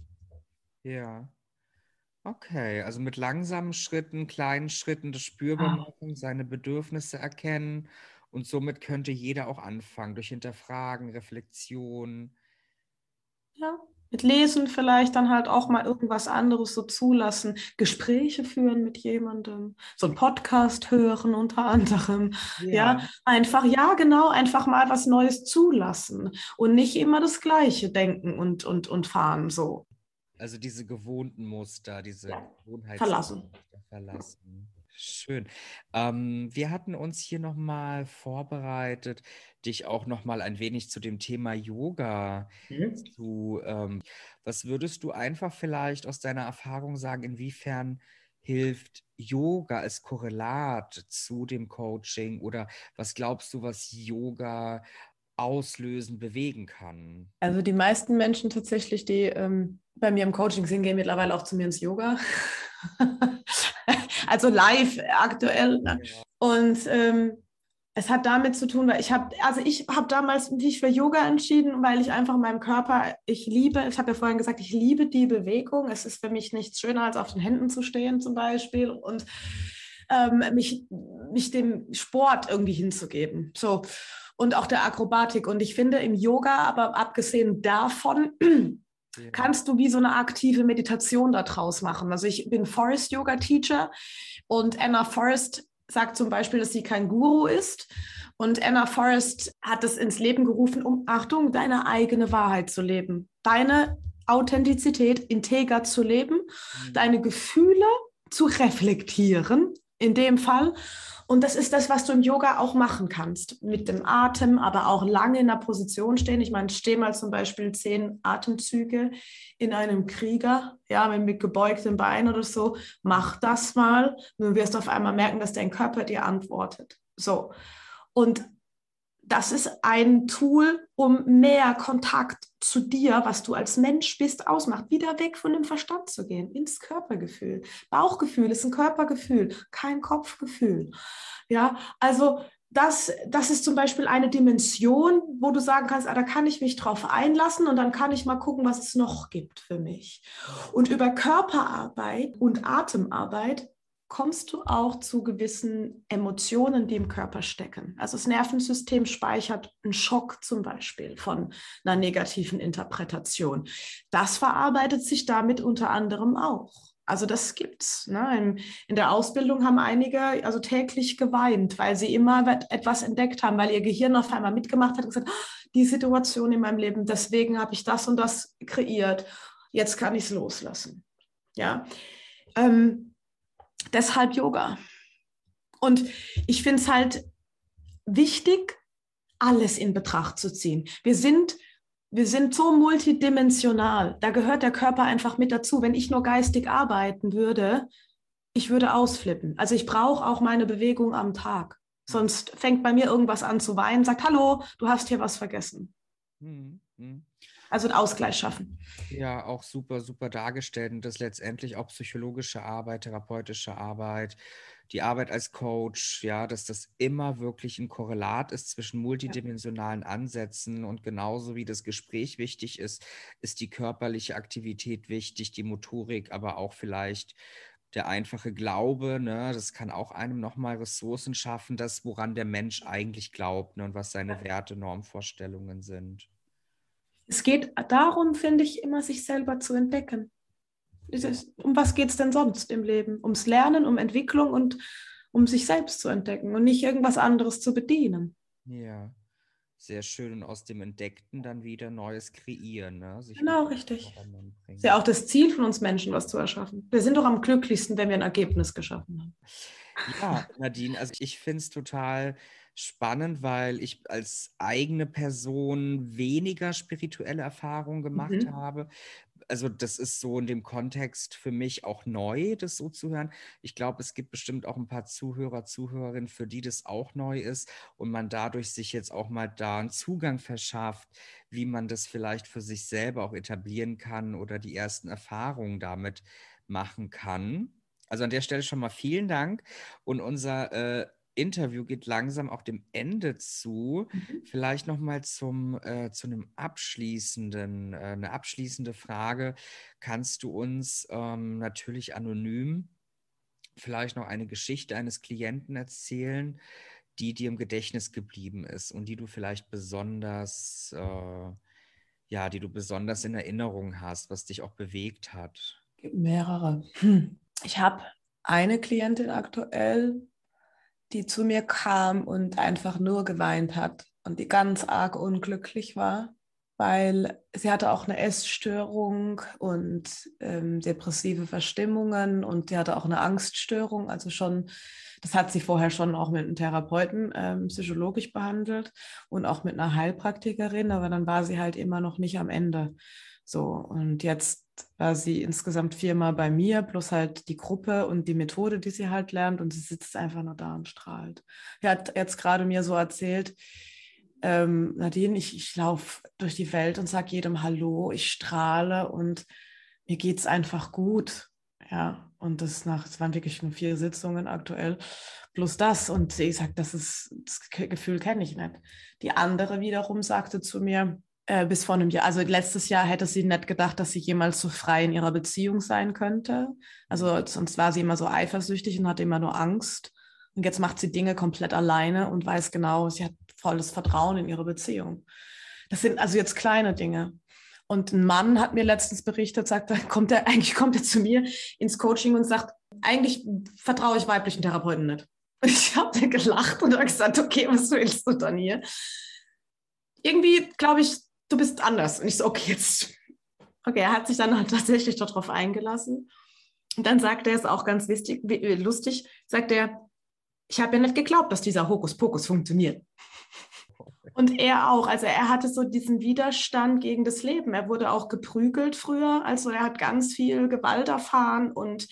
[SPEAKER 1] Ja. Okay, also mit langsamen Schritten, kleinen Schritten das spürbar
[SPEAKER 2] Ja.
[SPEAKER 1] machen, seine Bedürfnisse erkennen und somit könnte jeder auch anfangen, durch Hinterfragen, Reflexion.
[SPEAKER 2] Ja. Mit Lesen vielleicht dann halt auch mal irgendwas anderes so zulassen, Gespräche führen mit jemandem, so einen Podcast hören unter anderem.
[SPEAKER 1] Ja,
[SPEAKER 2] Ja, einfach, ja, genau, einfach mal was Neues zulassen und nicht immer das Gleiche denken und, und, und fahren so.
[SPEAKER 1] also diese gewohnten Muster, diese
[SPEAKER 2] Ja, verlassen.
[SPEAKER 1] Gewohnheitsmuster verlassen. Schön. Ähm, wir hatten uns hier nochmal vorbereitet, dich auch nochmal ein wenig zu dem Thema Yoga
[SPEAKER 2] Mhm.
[SPEAKER 1] zu. Ähm, was würdest du einfach vielleicht aus deiner Erfahrung sagen, inwiefern hilft Yoga als Korrelat zu dem Coaching oder was glaubst du, was Yoga auslösen, bewegen kann?
[SPEAKER 2] Also die meisten Menschen tatsächlich, die ähm, bei mir im Coaching sind, gehen mittlerweile auch zu mir ins Yoga. Also live aktuell. Ne?
[SPEAKER 1] Ja.
[SPEAKER 2] Und ähm, es hat damit zu tun, weil ich habe, also ich habe damals mich für Yoga entschieden, weil ich einfach meinem Körper, ich liebe, ich habe ja vorhin gesagt, ich liebe die Bewegung. Es ist für mich nichts schöner, als auf den Händen zu stehen zum Beispiel und ähm, mich, mich dem Sport irgendwie hinzugeben. So. Und auch der Akrobatik. Und ich finde im Yoga, aber abgesehen davon,
[SPEAKER 1] Ja.
[SPEAKER 2] kannst du wie so eine aktive Meditation daraus machen. Also ich bin Forest Yoga Teacher und Anna Forrest sagt zum Beispiel, dass sie kein Guru ist. Und Anna Forrest hat es ins Leben gerufen, um, Achtung, deine eigene Wahrheit zu leben. Deine Authentizität integer zu leben,
[SPEAKER 1] Mhm.
[SPEAKER 2] deine Gefühle zu reflektieren, in dem Fall. Und das ist das, was du im Yoga auch machen kannst. Mit dem Atem, aber auch lange in der Position stehen. Ich meine, steh mal zum Beispiel zehn Atemzüge in einem Krieger, ja, mit gebeugtem Bein oder so. Mach das mal. Und du wirst auf einmal merken, dass dein Körper dir antwortet. So. Und das ist ein Tool, um mehr Kontakt zu dir, was du als Mensch bist, ausmacht. Wieder weg von dem Verstand zu gehen, ins Körpergefühl. Bauchgefühl ist ein Körpergefühl, kein Kopfgefühl. Ja, also das, das ist zum Beispiel eine Dimension, wo du sagen kannst, ah, da kann ich mich drauf einlassen und dann kann ich mal gucken, was es noch gibt für mich. Und über Körperarbeit und Atemarbeit kommst du auch zu gewissen Emotionen, die im Körper stecken. Also das Nervensystem speichert einen Schock zum Beispiel von einer negativen Interpretation. Das verarbeitet sich damit unter anderem auch. Also das gibt's. Ne? In, in der Ausbildung haben einige also täglich geweint, weil sie immer etwas entdeckt haben, weil ihr Gehirn auf einmal mitgemacht hat und gesagt, oh, die Situation in meinem Leben, deswegen habe ich das und das kreiert. Jetzt kann ich es loslassen. Ja. Ähm, Deshalb Yoga. Und ich finde es halt wichtig, alles in Betracht zu ziehen. Wir sind, wir sind so multidimensional. Da gehört der Körper einfach mit dazu. Wenn ich nur geistig arbeiten würde, ich würde ausflippen. Also ich brauche auch meine Bewegung am Tag.
[SPEAKER 1] Mhm.
[SPEAKER 2] Sonst fängt bei mir irgendwas an zu weinen, sagt, hallo, du hast hier was vergessen.
[SPEAKER 1] Mhm. Mhm.
[SPEAKER 2] Also einen Ausgleich schaffen.
[SPEAKER 1] Ja, auch super, super dargestellt und das letztendlich auch psychologische Arbeit, therapeutische Arbeit, die Arbeit als Coach, ja, dass das immer wirklich ein Korrelat ist zwischen
[SPEAKER 2] Ja.
[SPEAKER 1] multidimensionalen Ansätzen und genauso wie das Gespräch wichtig ist, ist die körperliche Aktivität wichtig, die Motorik, aber auch vielleicht der einfache Glaube, ne, das kann auch einem nochmal Ressourcen schaffen, das, woran der Mensch eigentlich glaubt, ne, und was seine Werte, Normvorstellungen sind.
[SPEAKER 2] Es geht darum, finde ich, immer sich selber zu entdecken. Ist, um was geht es denn sonst im Leben? Ums Lernen, um Entwicklung und um sich selbst zu entdecken und nicht irgendwas anderes zu bedienen.
[SPEAKER 1] Ja, sehr schön. Und aus dem Entdeckten dann wieder Neues kreieren, ne? Sich wieder
[SPEAKER 2] Genau,
[SPEAKER 1] ins
[SPEAKER 2] richtig.
[SPEAKER 1] Vordermann
[SPEAKER 2] Ist ja
[SPEAKER 1] bringen.
[SPEAKER 2] auch das Ziel von uns Menschen, was zu erschaffen. Wir sind doch am glücklichsten, wenn wir ein Ergebnis geschaffen haben.
[SPEAKER 1] Ja, Nadine, also ich finde es total spannend, weil ich als eigene Person weniger spirituelle Erfahrungen gemacht
[SPEAKER 2] Mhm.
[SPEAKER 1] habe. Also das ist so in dem Kontext für mich auch neu, das so zu hören. Ich glaube, es gibt bestimmt auch ein paar Zuhörer, Zuhörerinnen, für die das auch neu ist und man dadurch sich jetzt auch mal da einen Zugang verschafft, wie man das vielleicht für sich selber auch etablieren kann oder die ersten Erfahrungen damit machen kann. Also an der Stelle schon mal vielen Dank. Und unser äh, Interview geht langsam auch dem Ende zu.
[SPEAKER 2] Mhm.
[SPEAKER 1] Vielleicht noch mal zum äh, zu einem abschließenden, äh, eine abschließende Frage. Kannst du uns ähm, natürlich anonym vielleicht noch eine Geschichte eines Klienten erzählen, die dir im Gedächtnis geblieben ist und die du vielleicht besonders, äh, ja, die du besonders in Erinnerung hast, was dich auch bewegt hat?
[SPEAKER 2] Es gibt mehrere. Hm. Ich habe eine Klientin aktuell, die zu mir kam und einfach nur geweint hat und die ganz arg unglücklich war, weil sie hatte auch eine Essstörung und ähm, depressive Verstimmungen und sie hatte auch eine Angststörung, also schon, das hat sie vorher schon auch mit einem Therapeuten ähm, psychologisch behandelt und auch mit einer Heilpraktikerin, aber dann war sie halt immer noch nicht am Ende. So, und jetzt war sie insgesamt viermal bei mir, plus halt die Gruppe und die Methode, die sie halt lernt. Und sie sitzt einfach nur da und strahlt. Sie hat jetzt gerade mir so erzählt, ähm, Nadine, ich, ich laufe durch die Welt und sage jedem Hallo, ich strahle und mir geht es einfach gut. Ja, und das nach, es waren wirklich nur vier Sitzungen aktuell, plus das. Und sie sagt, das ist, das Gefühl kenne ich nicht. Die andere wiederum sagte zu mir, äh, bis vor einem Jahr, also letztes Jahr hätte sie nicht gedacht, dass sie jemals so frei in ihrer Beziehung sein könnte. Also sonst war sie immer so eifersüchtig und hatte immer nur Angst. Und jetzt macht sie Dinge komplett alleine und weiß genau, sie hat volles Vertrauen in ihre Beziehung. Das sind also jetzt kleine Dinge. Und ein Mann hat mir letztens berichtet, sagt, kommt er, eigentlich kommt er zu mir ins Coaching und sagt, eigentlich vertraue ich weiblichen Therapeuten nicht. Und ich habe gelacht und habe gesagt, okay, was willst du dann hier? Irgendwie glaube ich, du bist anders. Und ich so, okay, jetzt, okay, er hat sich dann halt tatsächlich darauf eingelassen. Und dann sagt er es auch ganz lustig, lustig sagt er, ich habe ja nicht geglaubt, dass dieser Hokuspokus funktioniert. Und er auch, also er hatte so diesen Widerstand gegen das Leben. Er wurde auch geprügelt früher, also er hat ganz viel Gewalt erfahren und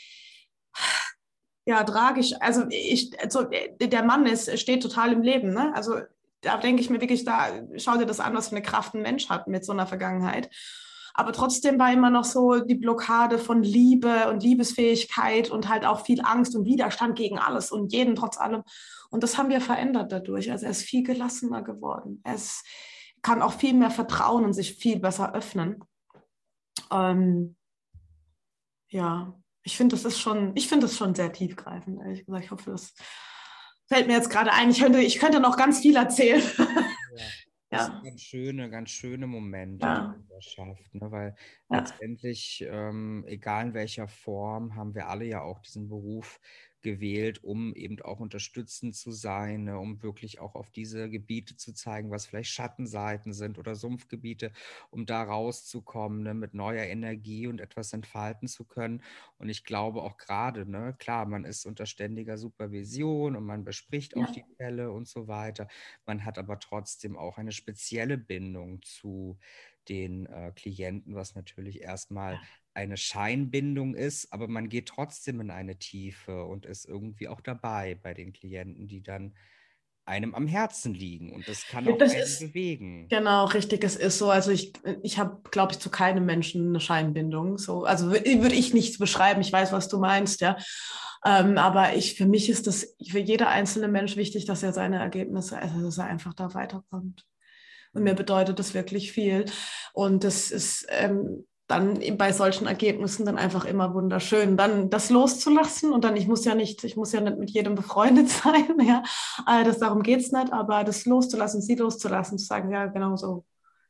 [SPEAKER 2] ja, tragisch. Also ich, also der Mann ist, steht total im Leben, ne? Also da denke ich mir wirklich, da schau dir das an, was für eine Kraft ein Mensch hat mit so einer Vergangenheit. Aber trotzdem war immer noch so die Blockade von Liebe und Liebesfähigkeit und halt auch viel Angst und Widerstand gegen alles und jeden trotz allem. Und das haben wir verändert dadurch. Also er ist viel gelassener geworden. Er ist, kann auch viel mehr vertrauen und sich viel besser öffnen. Ähm, ja, ich finde, das ist schon, ich finde das schon sehr tiefgreifend, ehrlich gesagt. Ich hoffe, das fällt mir jetzt gerade ein. Ich könnte, ich könnte noch ganz viel erzählen.
[SPEAKER 1] Ja. Das sind
[SPEAKER 2] Ja,
[SPEAKER 1] ganz schöne, ganz schöne Momente, die
[SPEAKER 2] ja,
[SPEAKER 1] man da schafft, ne? Weil
[SPEAKER 2] ja.
[SPEAKER 1] letztendlich, ähm, egal in welcher Form, haben wir alle ja auch diesen Beruf gewählt, um eben auch unterstützend zu sein, ne? Um wirklich auch auf diese Gebiete zu zeigen, was vielleicht Schattenseiten sind oder Sumpfgebiete, um da rauszukommen, ne? Mit neuer Energie und etwas entfalten zu können. Und ich glaube auch gerade, ne, klar, man ist unter ständiger Supervision und man bespricht auch
[SPEAKER 2] Ja.
[SPEAKER 1] die Fälle und so weiter. Man hat aber trotzdem auch eine spezielle Bindung zu den äh, Klienten, was natürlich erstmal eine Scheinbindung ist, aber man geht trotzdem in eine Tiefe und ist irgendwie auch dabei bei den Klienten, die dann einem am Herzen liegen. Und das kann
[SPEAKER 2] Ja,
[SPEAKER 1] auch
[SPEAKER 2] das
[SPEAKER 1] einen
[SPEAKER 2] ist
[SPEAKER 1] bewegen.
[SPEAKER 2] genau richtig. Es ist so. Also ich, ich habe, glaube ich, zu keinem Menschen eine Scheinbindung. So, also wür- würde ich nicht beschreiben. Ich weiß, was du meinst, ja. Ähm, aber ich, für mich ist das für jeder einzelne Mensch wichtig, dass er seine Ergebnisse, also dass er einfach da weiterkommt. Und mir bedeutet das wirklich viel. Und das ist ähm, dann eben bei solchen Ergebnissen dann einfach immer wunderschön, dann das loszulassen. Und dann, ich muss ja nicht, ich muss ja nicht mit jedem befreundet sein, ja. Äh, das, darum geht es nicht, aber das loszulassen, sie loszulassen, zu sagen, ja, genau so.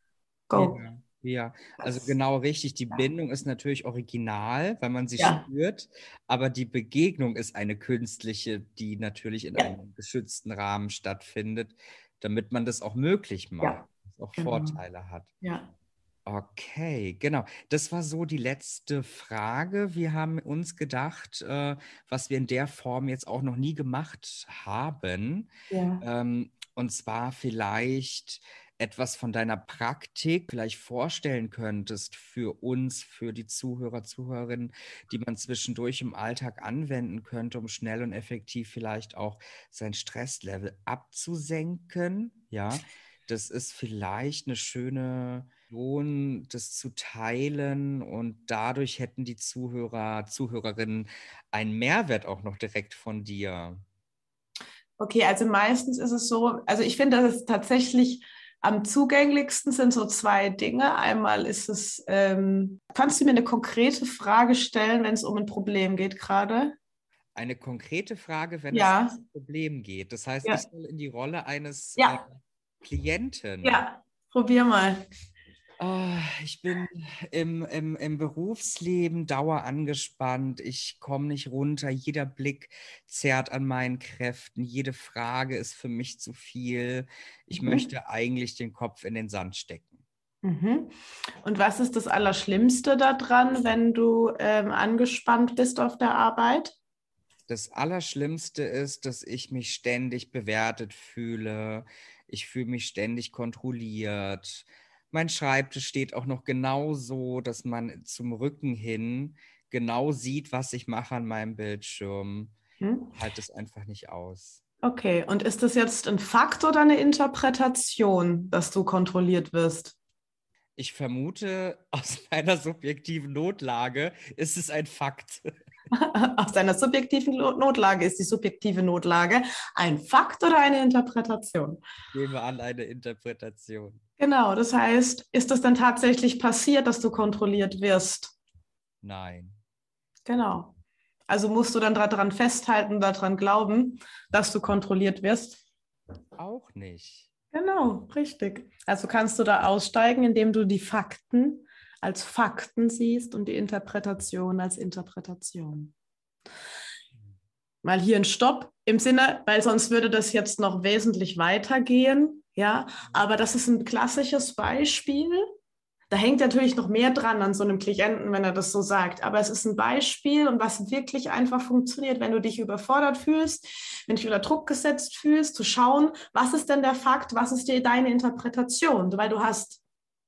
[SPEAKER 2] Go.
[SPEAKER 1] Ja, ja, also genau richtig. Die Bindung ist natürlich original, weil man sie
[SPEAKER 2] Ja,
[SPEAKER 1] spürt, aber die Begegnung ist eine künstliche, die natürlich in
[SPEAKER 2] ja,
[SPEAKER 1] einem geschützten Rahmen stattfindet, damit man das auch möglich macht,
[SPEAKER 2] ja,
[SPEAKER 1] was auch
[SPEAKER 2] genau.
[SPEAKER 1] Vorteile hat.
[SPEAKER 2] Ja.
[SPEAKER 1] Okay, genau. Das war so die letzte Frage. Wir haben uns gedacht, äh, was wir in der Form jetzt auch noch nie gemacht haben.
[SPEAKER 2] Ja.
[SPEAKER 1] Ähm, und zwar vielleicht etwas von deiner Praktik vielleicht vorstellen könntest für uns, für die Zuhörer, Zuhörerinnen, die man zwischendurch im Alltag anwenden könnte, um schnell und effektiv vielleicht auch sein Stresslevel abzusenken. Ja, das ist vielleicht eine schöne Option, das zu teilen und dadurch hätten die Zuhörer, Zuhörerinnen einen Mehrwert auch noch direkt von dir.
[SPEAKER 2] Okay, also meistens ist es so, also ich finde, dass es tatsächlich am zugänglichsten sind so zwei Dinge. Einmal ist es, ähm, kannst du mir eine konkrete Frage stellen, wenn es um ein Problem geht gerade?
[SPEAKER 1] Eine konkrete Frage, wenn es um
[SPEAKER 2] Ja,
[SPEAKER 1] ein Problem geht. Das heißt, ich
[SPEAKER 2] ja,
[SPEAKER 1] soll in die Rolle eines äh,
[SPEAKER 2] ja,
[SPEAKER 1] Klienten.
[SPEAKER 2] ja, probier mal.
[SPEAKER 1] Ah, ich bin im, im, im Berufsleben dauer angespannt. Ich komme nicht runter. Jeder Blick zerrt an meinen Kräften. Jede Frage ist für mich zu viel. Ich
[SPEAKER 2] Mhm.
[SPEAKER 1] möchte eigentlich den Kopf in den Sand stecken.
[SPEAKER 2] Mhm. Und was ist das Allerschlimmste daran, wenn du ähm, angespannt bist auf der Arbeit?
[SPEAKER 1] Das Allerschlimmste ist, dass ich mich ständig bewertet fühle. Ich fühle mich ständig kontrolliert. Mein Schreibtisch steht auch noch genau so, dass man zum Rücken hin genau sieht, was ich mache an meinem Bildschirm.
[SPEAKER 2] Hm?
[SPEAKER 1] Halte es einfach nicht aus.
[SPEAKER 2] Okay, und ist das jetzt ein Fakt oder eine Interpretation, dass du kontrolliert wirst?
[SPEAKER 1] Ich vermute, aus meiner subjektiven Notlage ist es ein Fakt.
[SPEAKER 2] Aus deiner subjektiven Notlage ist die subjektive Notlage ein Fakt oder eine Interpretation?
[SPEAKER 1] Nehmen wir an, eine Interpretation.
[SPEAKER 2] Genau, das heißt, ist das dann tatsächlich passiert, dass du kontrolliert wirst?
[SPEAKER 1] Nein.
[SPEAKER 2] Genau. Also musst du dann daran festhalten, daran glauben, dass du kontrolliert wirst?
[SPEAKER 1] Auch nicht.
[SPEAKER 2] Genau, richtig. Also kannst du da aussteigen, indem du die Fakten als Fakten siehst und die Interpretation als Interpretation. Mal hier ein Stopp im Sinne, weil sonst würde das jetzt noch wesentlich weitergehen. Ja, aber das ist ein klassisches Beispiel. Da hängt natürlich noch mehr dran an so einem Klienten, wenn er das so sagt. Aber es ist ein Beispiel und was wirklich einfach funktioniert, wenn du dich überfordert fühlst, wenn du dich unter Druck gesetzt fühlst, zu schauen, was ist denn der Fakt, was ist dir deine Interpretation? Weil du hast,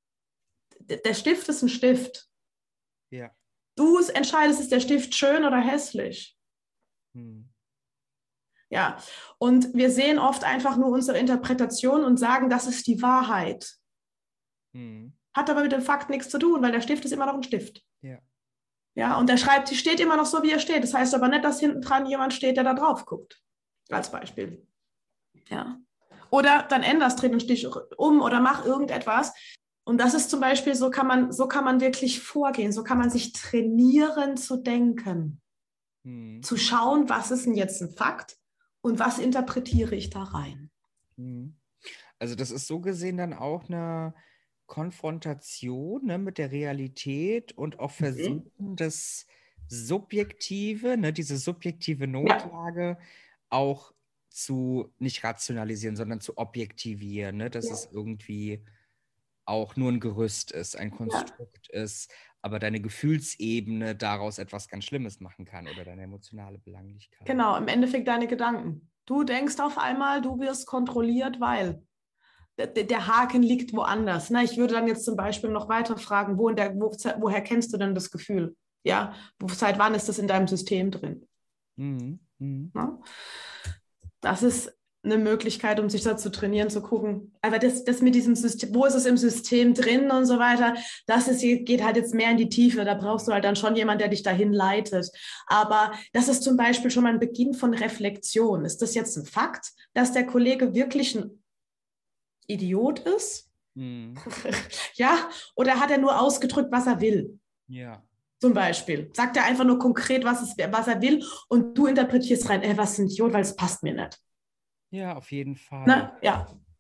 [SPEAKER 2] der Stift ist ein Stift.
[SPEAKER 1] Ja.
[SPEAKER 2] Du entscheidest, ist der Stift schön oder hässlich?
[SPEAKER 1] Hm.
[SPEAKER 2] Ja, und wir sehen oft einfach nur unsere Interpretation und sagen, das ist die Wahrheit.
[SPEAKER 1] Hm.
[SPEAKER 2] Hat aber mit dem Fakt nichts zu tun, weil der Stift ist immer noch ein Stift.
[SPEAKER 1] Ja.
[SPEAKER 2] Ja, und der Schreibtisch steht immer noch so, wie er steht. Das heißt aber nicht, dass hinten dran jemand steht, der da drauf guckt. Als Beispiel. Ja. Oder dann änderst, dreh den Stich um oder mach irgendetwas. Und das ist zum Beispiel, so kann man, so kann man wirklich vorgehen. So kann man sich trainieren zu denken.
[SPEAKER 1] Hm.
[SPEAKER 2] Zu schauen, was ist denn jetzt ein Fakt und was interpretiere ich da rein.
[SPEAKER 1] Hm. Also das ist so gesehen dann auch eine Konfrontation, ne, mit der Realität und auch
[SPEAKER 2] Mhm.
[SPEAKER 1] versuchen, das Subjektive, ne, diese subjektive
[SPEAKER 2] Ja,
[SPEAKER 1] Notlage auch zu nicht rationalisieren, sondern zu objektivieren, ne, dass es
[SPEAKER 2] ja,
[SPEAKER 1] irgendwie auch nur ein Gerüst ist, ein
[SPEAKER 2] ja.
[SPEAKER 1] Konstrukt ist, aber deine Gefühlsebene daraus etwas ganz Schlimmes machen kann oder deine emotionale Belanglichkeit.
[SPEAKER 2] Genau, im Endeffekt deine Gedanken. Du denkst auf einmal, du wirst kontrolliert, weil der, der Haken liegt woanders. Na, ich würde dann jetzt zum Beispiel noch weiter fragen, wo in der, wo, woher kennst du denn das Gefühl? Ja, seit wann ist das in deinem System drin?
[SPEAKER 1] Mhm. Mhm.
[SPEAKER 2] Na? Das ist eine Möglichkeit, um sich da zu trainieren, zu gucken. Aber das, das mit diesem System, wo ist es im System drin und so weiter, das ist, geht halt jetzt mehr in die Tiefe. Da brauchst du halt dann schon jemanden, der dich dahin leitet. Aber das ist zum Beispiel schon mal ein Beginn von Reflexion. Ist das jetzt ein Fakt, dass der Kollege wirklich ein Idiot ist?
[SPEAKER 1] Mhm.
[SPEAKER 2] Ja, oder hat er nur ausgedrückt, was er will?
[SPEAKER 1] Ja.
[SPEAKER 2] Zum Beispiel. Sagt er einfach nur konkret, was, es, was er will und du interpretierst rein, ey, was ist ein Idiot, weil es passt mir nicht.
[SPEAKER 1] Ja, auf jeden Fall.
[SPEAKER 2] Na, ja.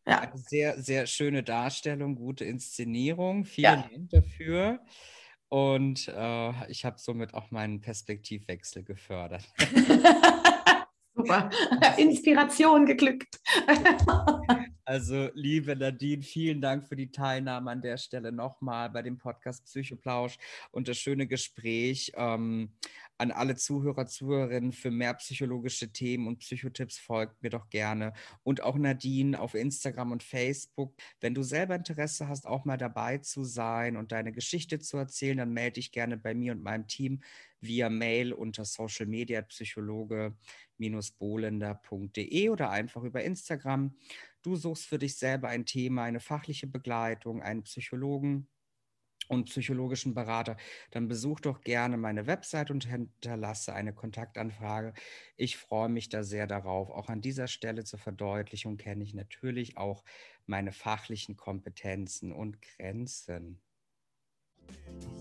[SPEAKER 2] Ja.
[SPEAKER 1] Eine sehr, sehr schöne Darstellung, gute Inszenierung. Vielen
[SPEAKER 2] Ja.
[SPEAKER 1] Dank dafür. Und äh, ich habe somit auch meinen Perspektivwechsel gefördert.
[SPEAKER 2] Super.
[SPEAKER 1] Also,
[SPEAKER 2] Inspiration geglückt.
[SPEAKER 1] Also, liebe Nadine, vielen Dank für die Teilnahme an der Stelle nochmal bei dem Podcast Psychoplausch und das schöne Gespräch. Ähm, an alle Zuhörer, Zuhörerinnen, für mehr psychologische Themen und Psychotipps folgt mir doch gerne. Und auch Nadine auf Instagram und Facebook. Wenn du selber Interesse hast, auch mal dabei zu sein und deine Geschichte zu erzählen, dann melde dich gerne bei mir und meinem Team via Mail unter Social Media Psychologe bolender punkt de oder einfach über Instagram. Du suchst für dich selber ein Thema, eine fachliche Begleitung, einen Psychologen und psychologischen Berater, dann besuch doch gerne meine Website und hinterlasse eine Kontaktanfrage. Ich freue mich da sehr darauf. Auch an dieser Stelle zur Verdeutlichung kenne ich natürlich auch meine fachlichen Kompetenzen und Grenzen.